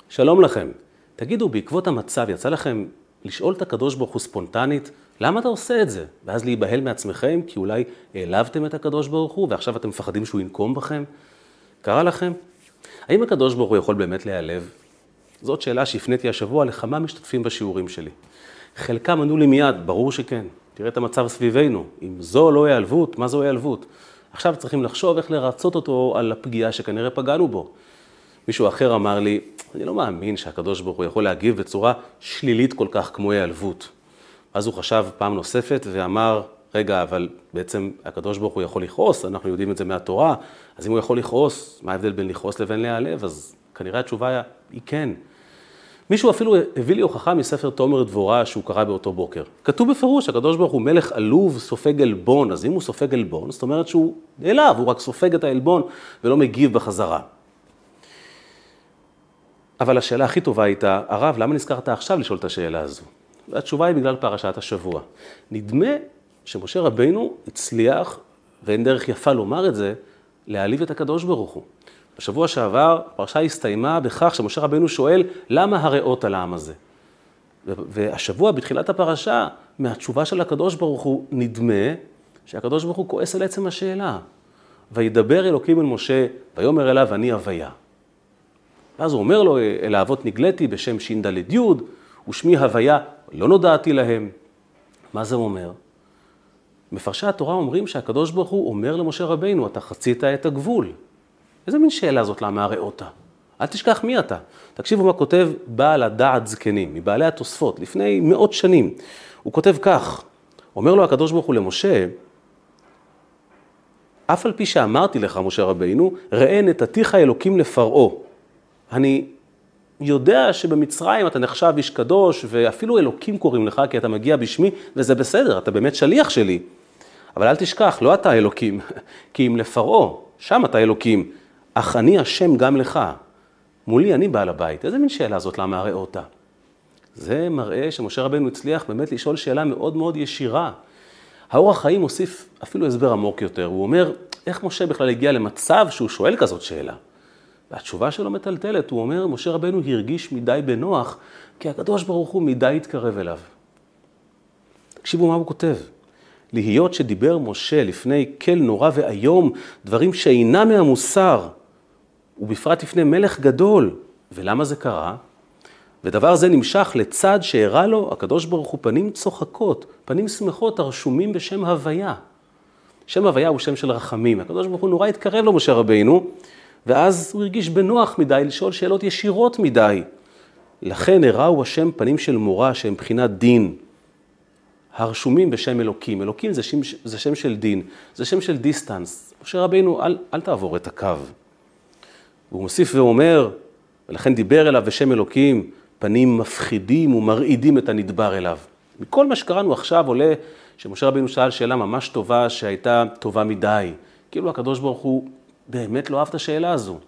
שלום לכם. תגידו, בעקבות המצב יצא לכם לשאול את הקדוש ברוך הוא ספונטנית, למה אתה עושה את זה? ואז להיבהל מעצמכם, כי אולי העלבתם את הקדוש ברוך הוא, ועכשיו אתם מפחדים שהוא ינקום בכם? קרה לכם? האם הקדוש ברוך הוא יכול באמת להיעלב? זאת שאלה שהפניתי השבוע לכמה משתתפים בשיעורים שלי. חלקם ענו לי מיד, ברור שכן. תראה את המצב סביבנו. אם זו לא העלבות, מה זו העלבות? עכשיו צריכים לחשוב איך לרצות אותו על הפגיעה שכנראה פגענו בו. מישהו אחר אמר לי, אני לא מאמין שהקדוש ברוך הוא יכול להגיב בצורה שלילית כל כך כמו העלבות. אז הוא חשב פעם נוספת ואמר, רגע, אבל בעצם הקדוש ברוך הוא יכול לכעוס, אנחנו יודעים את זה מהתורה, אז אם הוא יכול לכעוס, מה ההבדל בין לכעוס לבין להיעלב? אז כנראה התשובה היא כן. מישהו אפילו הביא לי הוכחה מספר תומר דבורה שהוא קרא באותו בוקר. כתוב בפירוש, הקדוש ברוך הוא מלך עלוב, סופג עלבון, אז אם הוא סופג עלבון, זאת אומרת שהוא נעלב, הוא רק סופג את העלבון ולא מגיב בחזרה. אבל השאלה הכי טובה הייתה, הרב, למה נזכרת עכשיו לשאול את השאלה הזו? והתשובה היא בגלל פרשת השבוע. נדמה שמשה רבינו הצליח, ואין דרך יפה לומר את זה, להעליב את הקדוש ברוך הוא. בשבוע שעבר הפרשה הסתיימה בכך שמשה רבינו שואל, למה הרעות על העם הזה? והשבוע בתחילת הפרשה, מהתשובה של הקדוש ברוך הוא, נדמה שהקדוש ברוך הוא כועס על עצם השאלה. וידבר אלוקים אל משה, ויאמר אליו אני הוויה. ואז הוא אומר לו, אל האבות נגלתי בשם ש"ד י' ושמי הוויה, לא נודעתי להם. מה זה אומר? מפרשי התורה אומרים שהקדוש ברוך הוא אומר למשה רבינו, אתה חצית את הגבול. איזה מין שאלה זאת למה הרעות? אל תשכח מי אתה. תקשיבו מה כותב בעל הדעת זקנים, מבעלי התוספות, לפני מאות שנים. הוא כותב כך, אומר לו הקדוש ברוך הוא למשה, אף על פי שאמרתי לך, משה רבינו, ראה נתתיך אלוקים לפרעה. אני יודע שבמצרים אתה נחשב איש קדוש, ואפילו אלוקים קוראים לך, כי אתה מגיע בשמי, וזה בסדר, אתה באמת שליח שלי. אבל אל תשכח, לא אתה אלוקים, כי אם לפרעה, שם אתה אלוקים, אך אני השם גם לך. מולי אני בעל הבית. איזה מין שאלה זאת למה הרעות? זה מראה שמשה רבינו הצליח באמת לשאול שאלה מאוד מאוד ישירה. האור החיים מוסיף אפילו הסבר עמוק יותר. הוא אומר, איך משה בכלל הגיע למצב שהוא שואל כזאת שאלה? והתשובה שלו מטלטלת, הוא אומר, משה רבינו הרגיש מדי בנוח, כי הקדוש ברוך הוא מדי התקרב אליו. תקשיבו מה הוא כותב. להיות שדיבר משה לפני כל נורא ואיום, דברים שאינם מהמוסר, ובפרט לפני מלך גדול. ולמה זה קרה? ודבר זה נמשך לצד שהראה לו הקדוש ברוך הוא פנים צוחקות, פנים שמחות הרשומים בשם הוויה. שם הוויה הוא שם של רחמים. הקדוש ברוך הוא נורא התקרב לו משה רבינו, ואז הוא הרגיש בנוח מדי לשאול שאלות ישירות מדי. לכן הראו השם פנים של מורה שהם בחינת דין, הרשומים בשם אלוקים. אלוקים זה שם של דין, זה שם של דיסטנס. משה רבינו, אל תעבור את הקו. והוא מוסיף ואומר, ולכן דיבר אליו בשם אלוקים, פנים מפחידים ומרעידים את הנדבר אליו. מכל מה שקראנו עכשיו עולה שמשה רבינו שאל שאלה ממש טובה שהייתה טובה מדי. כאילו הקדוש ברוך הוא באמת לא אהב את השאלה הזו.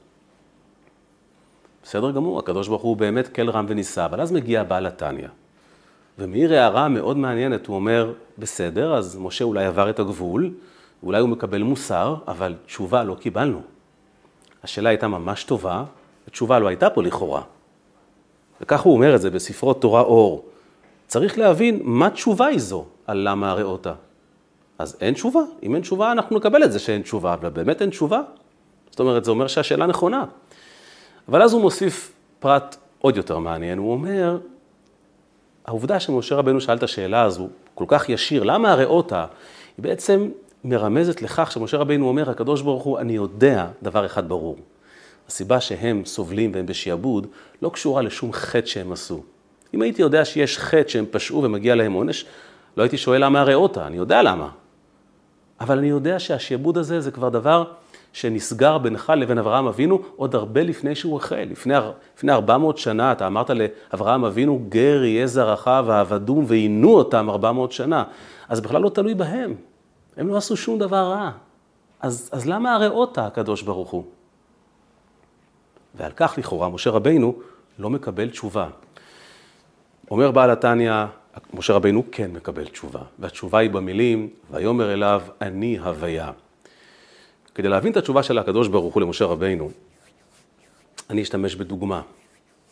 בסדר גמור, הקדוש ברוך הוא באמת כל רם וניסה, אבל אז מגיע בעל התניא. ומעיר הערה מאוד מעניינת, הוא אומר, בסדר, אז משה אולי עבר את הגבול, אולי הוא מקבל מוסר, אבל תשובה לא קיבלנו. השאלה הייתה ממש טובה, התשובה לא הייתה פה לכאורה. וכך הוא אומר את זה בספרו תורה אור. צריך להבין מה תשובה היא זו על למה הרעות. אז אין תשובה. אם אין תשובה, אנחנו נקבל את זה שאין תשובה, אבל באמת אין תשובה. זאת אומרת, זה אומר שהשאלה נכונה. אבל אז הוא מוסיף פרט עוד יותר מעניין. הוא אומר, העובדה שמשה רבינו שאל את השאלה הזו כל כך ישיר, למה הרעות? היא בעצם מרמזת לכך שמשה רבינו אומר, הקדוש ברוך הוא, אני יודע דבר אחד ברור. הסיבה שהם סובלים והם בשעבוד לא קשורה לשום חטא שהם עשו. אם הייתי יודע שיש חטא שהם פשעו ומגיע להם עונש, לא הייתי שואל למה הרעות, אני יודע למה. אבל אני יודע שהשעבוד הזה זה כבר דבר שנסגר בינך לבין אברהם אבינו עוד הרבה לפני שהוא החל. לפני 400 שנה אתה אמרת לאברהם אבינו, גר יהיה זרעך ועבדום ועינו אותם 400 שנה. אז בכלל לא תלוי בהם. הם לא עשו שום דבר רע. אז למה הרעות הקדוש ברוך הוא? ועל כך לכאורה משה רבינו לא מקבל תשובה. אומר בעל התניא, משה רבינו כן מקבל תשובה, והתשובה היא במילים, ויאמר אליו אני הוויה. כדי להבין את התשובה של הקדוש ברוך הוא למשה רבינו, אני אשתמש בדוגמה.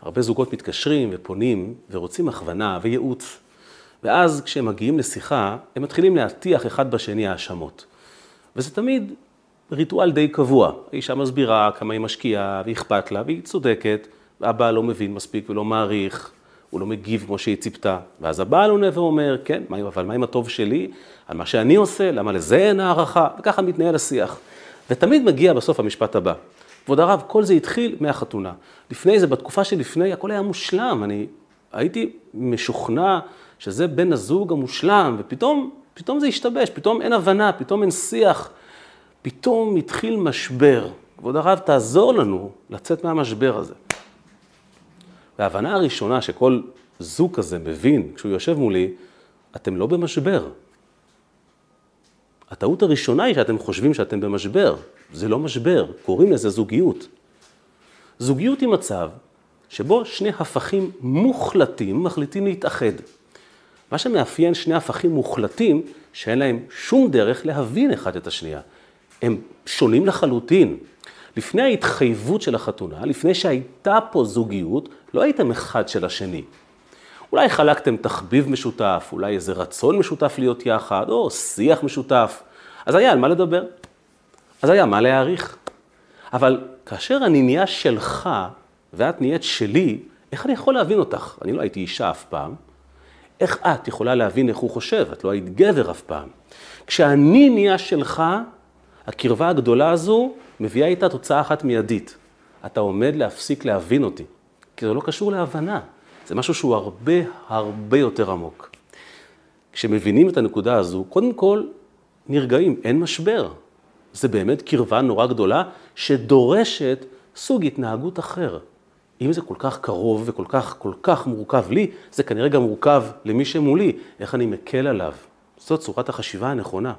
הרבה זוגות מתקשרים ופונים ורוצים הכוונה וייעוץ. ואז כשהם מגיעים לשיחה, הם מתחילים להטיח אחד בשני האשמות. וזה תמיד ריטואל די קבוע. האישה מסבירה כמה היא משקיעה ואכפת לה והיא צודקת, והבעל לא מבין מספיק ולא מעריך, הוא לא מגיב כמו שהיא ציפתה. ואז הבעל עונה ואומר, כן, אבל מה עם הטוב שלי? על מה שאני עושה? למה לזה אין הערכה? וככה מתנהל השיח. ותמיד מגיע בסוף המשפט הבא. כבוד הרב, כל זה התחיל מהחתונה. לפני זה, בתקופה שלפני, הכל היה מושלם. אני הייתי משוכנע שזה בן הזוג המושלם, ופתאום זה השתבש, פתאום אין הבנה, פתאום אין שיח, פתאום התחיל משבר. כבוד הרב, תעזור לנו לצאת מהמשבר הזה. וההבנה הראשונה שכל זוג כזה מבין, כשהוא יושב מולי, אתם לא במשבר. הטעות הראשונה היא שאתם חושבים שאתם במשבר. זה לא משבר, קוראים לזה זוגיות. זוגיות היא מצב שבו שני הפכים מוחלטים מחליטים להתאחד. מה שמאפיין שני הפכים מוחלטים, שאין להם שום דרך להבין אחד את השנייה. הם שונים לחלוטין. לפני ההתחייבות של החתונה, לפני שהייתה פה זוגיות, לא הייתם אחד של השני. אולי חלקתם תחביב משותף, אולי איזה רצון משותף להיות יחד, או שיח משותף. אז היה על מה לדבר. אז היה מה להעריך. אבל כאשר אני נהיה שלך, ואת נהיית שלי, איך אני יכול להבין אותך? אני לא הייתי אישה אף פעם. איך את יכולה להבין איך הוא חושב? את לא היית גבר אף פעם. כשאני נהיה שלך, הקרבה הגדולה הזו מביאה איתה תוצאה אחת מיידית. אתה עומד להפסיק להבין אותי. כי זה לא קשור להבנה. זה משהו שהוא הרבה יותר עמוק. כשמבינים את הנקודה הזו, קודם כל נרגעים, אין משבר. זה באמת קרבה נורא גדולה שדורשת סוג התנהגות אחר. אם זה כל כך קרוב וכל כך מורכב לי, זה כנראה גם מורכב למי שמולי. איך אני מקל עליו? זאת צורת החשיבה הנכונה.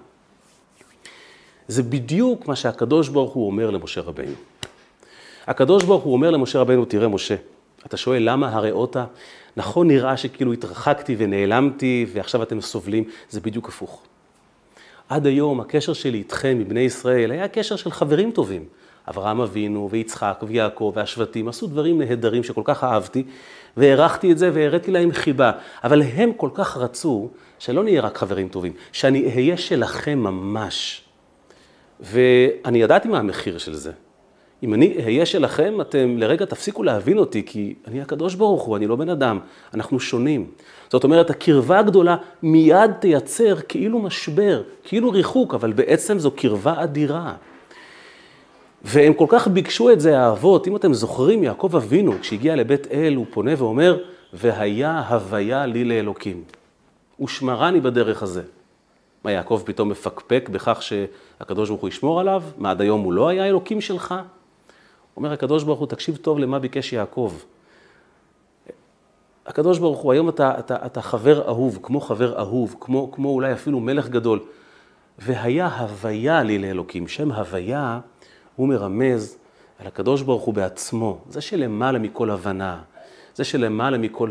זה בדיוק מה שהקדוש ברוך הוא אומר למשה רבינו. הקדוש ברוך הוא אומר למשה רבינו, תראה משה, אתה שואל למה הראות? נכון נראה שכאילו התרחקתי ונעלמתי ועכשיו אתם סובלים, זה בדיוק הפוך. עד היום הקשר שלי איתכם, מבני ישראל, היה קשר של חברים טובים. אברהם אבינו ויצחק ויעקב והשבטים עשו דברים נהדרים שכל כך אהבתי, והערכתי את זה והראיתי להם חיבה. אבל הם כל כך רצו שלא נהיה רק חברים טובים, שאני אהיה שלכם ממש. ואני ידעתי מה המחיר של זה. אם אני אהיה שלכם, אתם לרגע תפסיקו להבין אותי, כי אני הקדוש ברוך הוא, אני לא בן אדם, אנחנו שונים. זאת אומרת, הקרבה הגדולה מיד תייצר כאילו משבר, כאילו ריחוק, אבל בעצם זו קרבה אדירה. והם כל כך ביקשו את זה האבות, אם אתם זוכרים, יעקב אבינו, כשהגיע לבית אל, הוא פונה ואומר, והיה הוויה לי לאלוקים. הוא שמרני בדרך הזה. מה, יעקב פתאום מפקפק בכך שהקדוש ברוך הוא ישמור עליו? מה, עד היום הוא לא היה אלוקים שלך? אומר הקדוש ברוך הוא, תקשיב טוב למה ביקש יעקב. הקדוש ברוך הוא, היום אתה חבר אהוב, כמו חבר אהוב, כמו אולי אפילו מלך גדול. והיה הוויה לי לאלוקים. שם הוויה הוא מרמז על הקדוש ברוך הוא בעצמו. זה שלמעלה מכל הבנה, זה שלמעלה מכל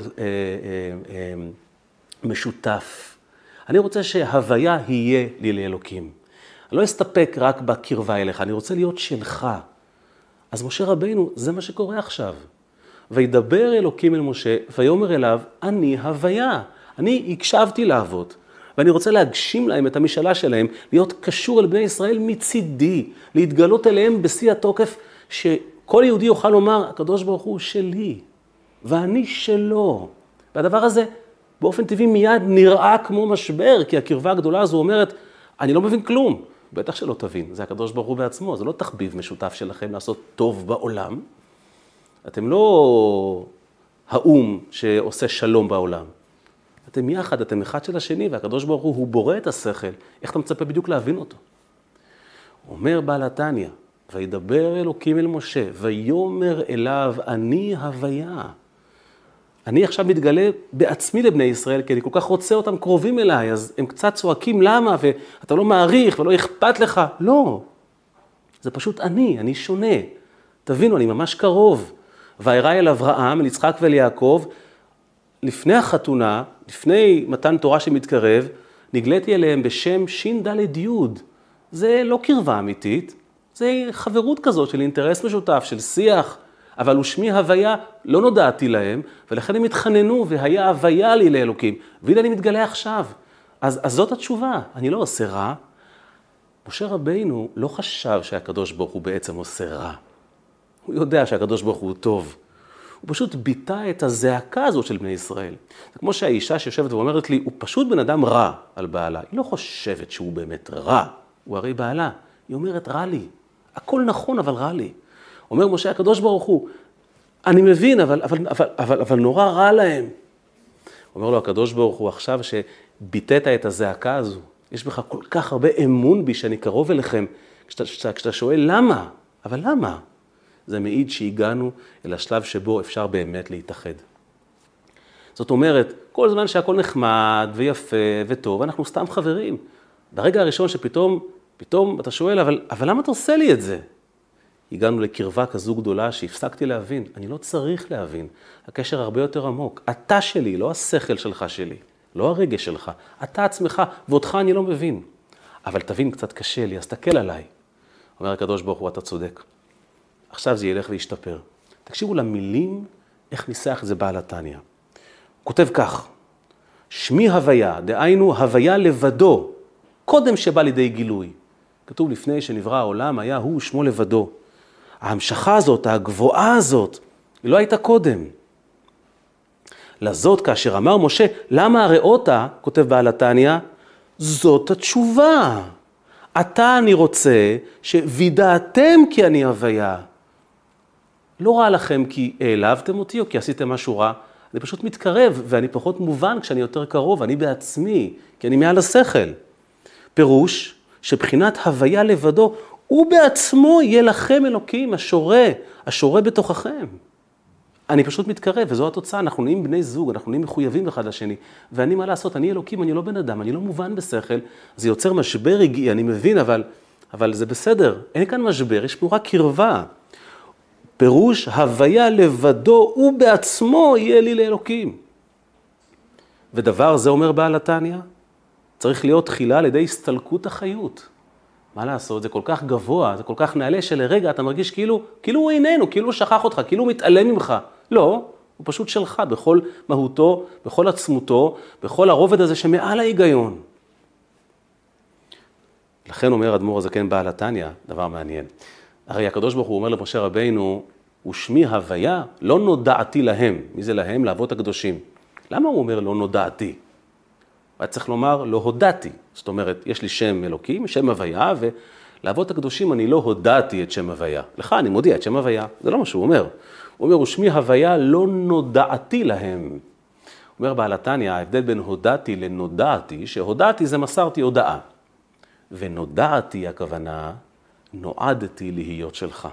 משותף. אני רוצה שההוויה יהיה לי לאלוקים. אני לא אסתפק רק בקרבה אליך, אני רוצה להיות שלך. אז משה רבינו, זה מה שקורה עכשיו. וידבר אלוקים אל משה, ויאמר אליו, אני הוויה. אני הקשבתי לאבות, ואני רוצה להגשים להם את המשאלה שלהם, להיות קשור אל בני ישראל מצידי, להתגלות אליהם בשיא התוקף, שכל יהודי יוכל לומר, הקדוש ברוך הוא שלי, ואני שלו. והדבר הזה באופן טבעי מיד נראה כמו משבר, כי הקרבה הגדולה הזו אומרת, אני לא מבין כלום. בטח שלא תבין, זה הקדוש ברוך הוא בעצמו, זה לא תחביב משותף שלכם לעשות טוב בעולם. אתם לא האום שעושה שלום בעולם. אתם יחד, אתם אחד של השני, והקדוש ברוך הוא בורא את השכל. איך אתה מצפה בדיוק להבין אותו? אומר בעל התניא, וידבר אלוקים אל משה, ויאמר אליו, אני הוויה. אני עכשיו מתגלה בעצמי לבני ישראל, כי אני כל כך רוצה אותם קרובים אליי, אז הם קצת צועקים למה, ואתה לא מעריך ולא אכפת לך. לא, זה פשוט אני שונה. תבינו, אני ממש קרוב. וירא אל אברהם, אל יצחק ואל יעקב, לפני החתונה, לפני מתן תורה שמתקרב, נגליתי אליהם בשם ש"ד י'. זה לא קרבה אמיתית, זה חברות כזאת של אינטרס משותף, של שיח. אבל ושמי הוויה לא נודעתי להם, ולכן הם התחננו והיה הוויה לי לאלוקים. והנה אני מתגלה עכשיו. אז זאת התשובה, אני לא עושה רע. משה רבינו לא חשב שהקדוש ברוך הוא בעצם עושה רע. הוא יודע שהקדוש ברוך הוא טוב. הוא פשוט ביטא את הזעקה הזאת של בני ישראל. זה כמו שהאישה שיושבת ואומרת לי, הוא פשוט בן אדם רע על בעלה. היא לא חושבת שהוא באמת רע, הוא הרי בעלה. היא אומרת, רע לי. הכל נכון, אבל רע לי. אומר משה, הקדוש ברוך הוא, אני מבין, אבל נורא רע להם. אומר לו, הקדוש ברוך הוא עכשיו שביטאת את הזעקה הזו. יש בך כל כך הרבה אמון בי שאני קרוב אליכם. כשאתה שואל, למה? אבל למה? זה מעיד שהגענו אל השלב שבו אפשר באמת להתאחד. זאת אומרת, כל זמן שהכל נחמד ויפה וטוב, אנחנו סתם חברים. ברגע הראשון שפתאום אתה שואל, אבל למה אתה עושה לי את זה? הגענו לקרבה כזו גדולה שהפסקתי להבין. אני לא צריך להבין. הקשר הרבה יותר עמוק. אתה שלי, לא השכל שלך שלי. לא הרגש שלך. אתה עצמך, ואותך אני לא מבין. אבל תבין, קצת קשה לי, אז תקל עליי. אומר הקדוש ברוך הוא, אתה צודק. עכשיו זה ילך וישתפר. תקשיבו למילים, איך ניסח את זה בעל התניא. הוא כותב כך, שמי הוויה, דהיינו הוויה לבדו, קודם שבא לידי גילוי. כתוב לפני שנברא העולם, היה הוא שמו לבדו. ההמשכה הזאת, הגבוהה הזאת, היא לא הייתה קודם. לזאת, כאשר אמר משה, למה הראותה, כותב בעל התניא, זאת התשובה. עתה אני רוצה שווידעתם כי אני הוויה. לא רע לכם כי העלבתם אותי או כי עשיתם משהו רע. אני פשוט מתקרב ואני פחות מובן כשאני יותר קרוב, אני בעצמי, כי אני מעל השכל. פירוש שבחינת הוויה לבדו, הוא בעצמו יהיה לכם אלוקים, השורה בתוככם. אני פשוט מתקרב, וזו התוצאה, אנחנו נהיים בני זוג, אנחנו נהיים מחויבים אחד לשני, ואני מה לעשות, אני אלוקים, אני לא בן אדם, אני לא מובן בשכל, זה יוצר משבר רגעי, אני מבין, אבל זה בסדר, אין כאן משבר, יש פה רק קרבה. פירוש, הוויה לבדו, הוא בעצמו יהיה לי לאלוקים. ודבר זה אומר בעל התניא, צריך להיות תחילה על ידי הסתלקות החיות. מה לעשות? זה כל כך גבוה, זה כל כך נעלה שלרגע אתה מרגיש כאילו הוא איננו, כאילו הוא שכח אותך, כאילו הוא מתעלם ממך. לא, הוא פשוט שלך בכל מהותו, בכל עצמותו, בכל הרובד הזה שמעל ההיגיון. לכן אומר אדמו"ר הזקן בעל התניא, דבר מעניין. הרי הקדוש ברוך הוא אומר למשה רבינו, ושמי הוויה לא נודעתי להם. מי זה להם? לאבות הקדושים. למה הוא אומר לא נודעתי? היה צריך לומר לא הודעתי. זאת אומרת, יש לי שם אלוקים, שם הוויה, ולאבות הקדושים אני לא הודעתי את שם הוויה. לך אני מודיע את שם הוויה. זה לא מה שהוא אומר. הוא אומר, ושמי הוויה לא נודעתי להם. אומר בעל התניא, ההבדל בין הודעתי לנודעתי, שהודעתי זה מסרתי הודעה. ונודעתי הכוונה, נועדתי להיות שלך.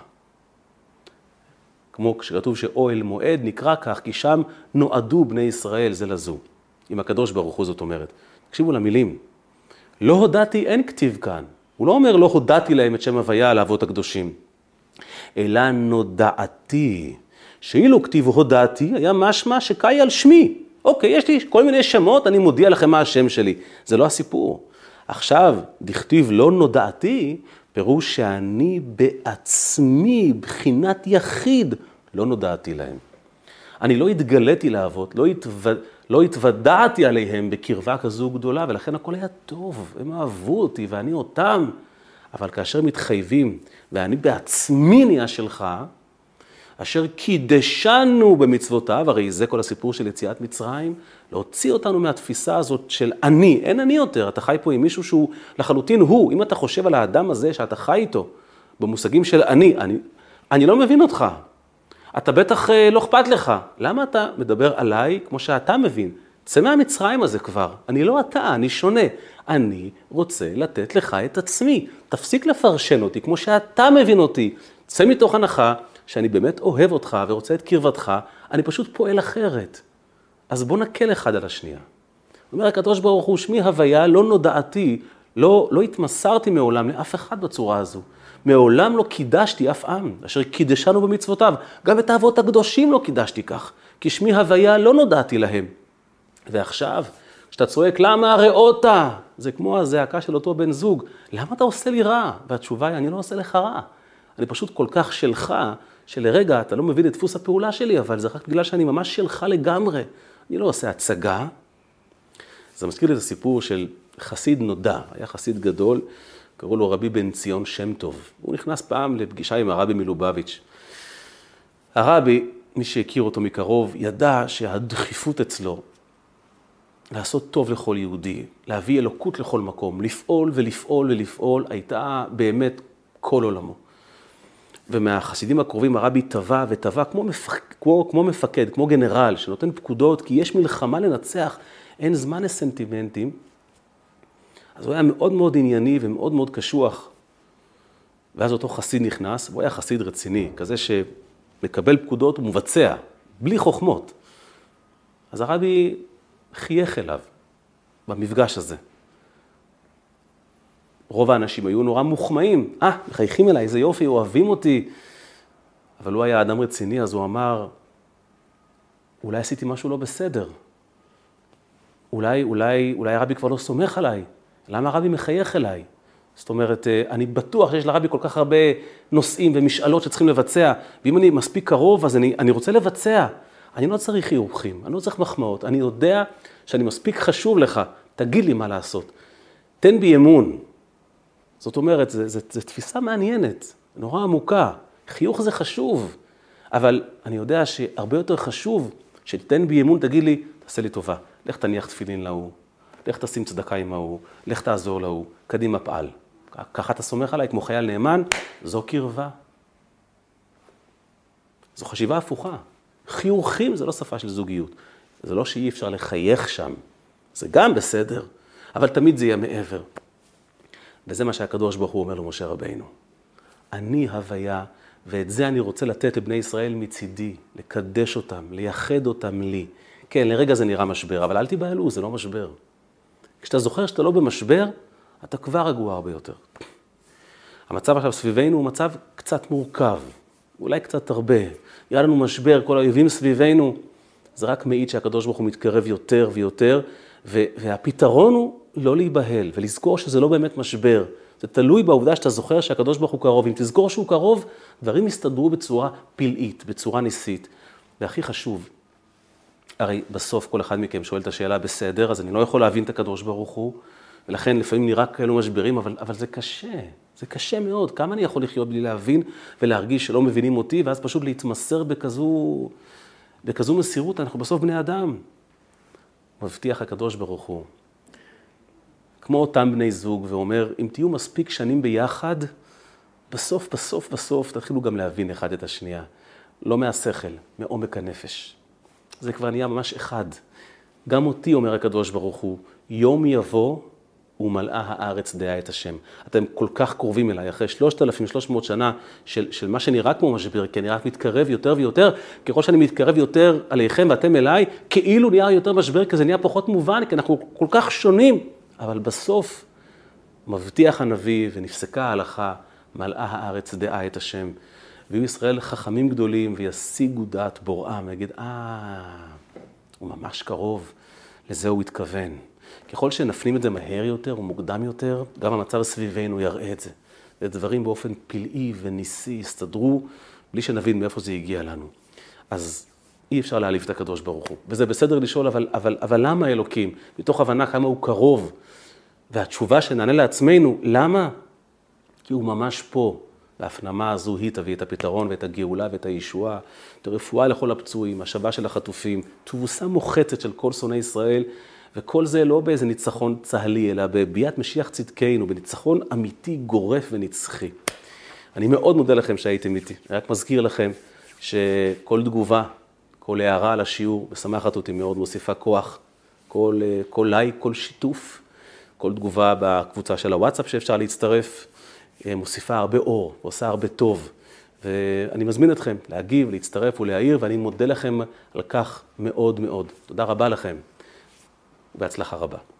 כמו כשכתוב שאוהל מועד נקרא כך, כי שם נועדו בני ישראל זה לזו. עם הקדוש ברוך הוא זאת אומרת. תקשיבו למילים. לא הודעתי, אין כתיב כאן. הוא לא אומר לא הודעתי להם את שם הוויה על האבות הקדושים. אלא נודעתי. שאילו כתיב הודעתי, היה משמע שקאי על שמי. אוקיי, יש לי כל מיני שמות, אני מודיע לכם מה השם שלי. זה לא הסיפור. עכשיו, דכתיב לא נודעתי, פירוש שאני בעצמי, בחינת יחיד, לא נודעתי להם. אני לא התגליתי לאבות, לא התוודעתי עליהם בקרבה כזו גדולה, ולכן הכל היה טוב, הם אהבו אותי ואני אותם. אבל כאשר מתחייבים, ואני בעצמי נהיה שלך, אשר קידשנו במצוותיו, הרי זה כל הסיפור של יציאת מצרים, להוציא אותנו מהתפיסה הזאת של אני, אין אני יותר, אתה חי פה עם מישהו שהוא לחלוטין הוא, אם אתה חושב על האדם הזה שאתה חי איתו, במושגים של אני לא מבין אותך, אתה בטח לא אכפת לך, למה אתה מדבר עליי כמו שאתה מבין? צא מהמצרים הזה כבר, אני לא אתה, אני שונה, אני רוצה לתת לך את עצמי, תפסיק לפרשן אותי כמו שאתה מבין אותי, צא מתוך הנחה שאני באמת אוהב אותך ורוצה את קרבתך, אני פשוט פועל אחרת. אז בוא נקל אחד על השנייה. אומר הקדוש ברוך הוא, שמי הוויה לא נודעתי, לא התמסרתי מעולם לאף אחד בצורה הזו. מעולם לא קידשתי אף עם, אשר קידשנו במצוותיו. גם את האבות הקדושים לא קידשתי כך, כי שמי הוויה לא נודעתי להם. ועכשיו, כשאתה צועק, למה הראית? זה כמו הזעקה של אותו בן זוג. למה אתה עושה לי רע? והתשובה היא, אני לא עושה לך רע. אני פשוט כל כך שלך, שלרגע אתה לא מבין את דפוס הפעולה שלי, אבל זה רק בגלל שאני ממש שלך לגמרי. אני לא עושה הצגה. זה מזכיר לי את הסיפור של חסיד נודע, היה חסיד גדול, קראו לו רבי בן ציון שם טוב. הוא נכנס פעם לפגישה עם הרבי מלובביץ'. הרבי, מי שהכיר אותו מקרוב, ידע שהדחיפות אצלו, לעשות טוב לכל יהודי, להביא אלוקות לכל מקום, לפעול ולפעול ולפעול, הייתה באמת כל עולמו. ומהחסידים הקרובים הרבי טבע וטבע כמו מפקד, כמו גנרל, שנותן פקודות, כי יש מלחמה לנצח, אין זמן לסנטימנטים. אז הוא היה מאוד מאוד ענייני ומאוד מאוד קשוח. ואז אותו חסיד נכנס, והוא היה חסיד רציני, כזה שמקבל פקודות ומבצע, בלי חוכמות. אז הרבי חייך אליו במפגש הזה. רוב האנשים היו נורא מוחמאים. מחייכים אליי, איזה יופי, אוהבים אותי. אבל הוא היה אדם רציני, אז הוא אמר, אולי עשיתי משהו לא בסדר. אולי הרבי כבר לא סומך עליי. למה הרבי מחייך אליי? זאת אומרת, אני בטוח שיש לרבי כל כך הרבה נושאים ומשאלות שצריכים לבצע, ואם אני מספיק קרוב, אז אני רוצה לבצע. אני לא צריך חיוכים, אני לא צריך מחמאות. אני יודע שאני מספיק חשוב לך, תגיד לי מה לעשות. תן בי אמון. זאת אומרת, זו תפיסה מעניינת, נורא עמוקה. חיוך זה חשוב, אבל אני יודע שהרבה יותר חשוב שתתן בי אמון, תגיד לי, תעשה לי טובה, לך תניח תפילין להוא, לך תשים צדקה עם ההוא, לך תעזור להוא, קדימה פעל. ככה אתה סומך עליי כמו חייל נאמן, זו קרבה. זו חשיבה הפוכה. חיוכים זה לא שפה של זוגיות. זה לא שאי אפשר לחייך שם. זה גם בסדר, אבל תמיד זה יהיה מעבר. וזה מה שהקדוש ברוך הוא אומר למשה רבינו. אני הוויה, ואת זה אני רוצה לתת לבני ישראל מצידי, לקדש אותם, לייחד אותם לי. כן, לרגע זה נראה משבר, אבל אל תיבהלו, זה לא משבר. כשאתה זוכר שאתה לא במשבר, אתה כבר רגוע הרבה יותר. המצב עכשיו סביבנו הוא מצב קצת מורכב, אולי קצת הרבה. יהיה לנו משבר, כל האויבים סביבנו, זה רק מעיד שהקדוש ברוך הוא מתקרב יותר ויותר, והפתרון הוא לא להיבהל, ולזכור שזה לא באמת משבר. זה תלוי בעובדה שאתה זוכר שהקדוש ברוך הוא קרוב. אם תזכור שהוא קרוב, דברים יסתדרו בצורה פלאית, בצורה ניסית. והכי חשוב, הרי בסוף כל אחד מכם שואל את השאלה בסדר, אז אני לא יכול להבין את הקדוש ברוך הוא, ולכן לפעמים נראה כאלו משברים, אבל זה קשה. זה קשה מאוד. כמה אני יכול לחיות בלי להבין ולהרגיש שלא מבינים אותי, ואז פשוט להתמסר בכזו מסירות, אנחנו בסוף בני אדם. מבטיח הקדוש ברוך הוא. כמו אותם בני זוג, ואומר, אם תהיו מספיק שנים ביחד, בסוף תתחילו גם להבין אחד את השנייה. לא מהשכל, מעומק הנפש. זה כבר נהיה ממש אחד. גם אותי, אומר הקדוש ברוך הוא, יום יבוא ומלאה הארץ דעה את השם. אתם כל כך קרובים אליי, אחרי 3,300 שנה של מה שנראה כמו משבר, כי אני רק מתקרב יותר ויותר, ככל שאני מתקרב יותר עליכם ואתם אליי, כאילו נהיה יותר משבר, כי זה נהיה פחות מובן, כי אנחנו כל כך שונים. אבל בסוף מבטיח הנביא ונפסקה ההלכה, מלאה הארץ דעה את השם. ויהיו ישראל חכמים גדולים וישיגו דעת בוראם, ויגיד, הוא ממש קרוב, לזה הוא התכוון. ככל שנפנים את זה מהר יותר או מוקדם יותר, גם המצב סביבנו יראה את זה. ודברים באופן פלאי וניסי יסתדרו, בלי שנבין מאיפה זה הגיע לנו. אז אי אפשר להעליב את הקדוש ברוך הוא. וזה בסדר לשאול, אבל למה אלוקים? מתוך הבנה כמה הוא קרוב. והתשובה שנענה לעצמנו, למה? כי הוא ממש פה. וההפנמה הזו היא תביא את הפתרון ואת הגאולה ואת הישועה, את הרפואה לכל הפצועים, השבה של החטופים, תבוסה מוחצת של כל שונאי ישראל, וכל זה לא באיזה ניצחון צהלי, אלא בביאת משיח צדקנו, בניצחון אמיתי, גורף ונצחי. אני מאוד מודה לכם שהייתם איתי. אני רק מזכיר לכם שכל תגובה, כל הערה על השיעור, משמחת אותי מאוד, מוסיפה כוח, כל לייק, כל שיתוף, כל תגובה בקבוצה של הוואטסאפ שאפשר להצטרף, מוסיפה הרבה אור, ועושה הרבה טוב. ואני מזמין אתכם להגיב, להצטרף ולהעיר, ואני מודה לכם על כך מאוד מאוד. תודה רבה לכם, ובהצלחה רבה.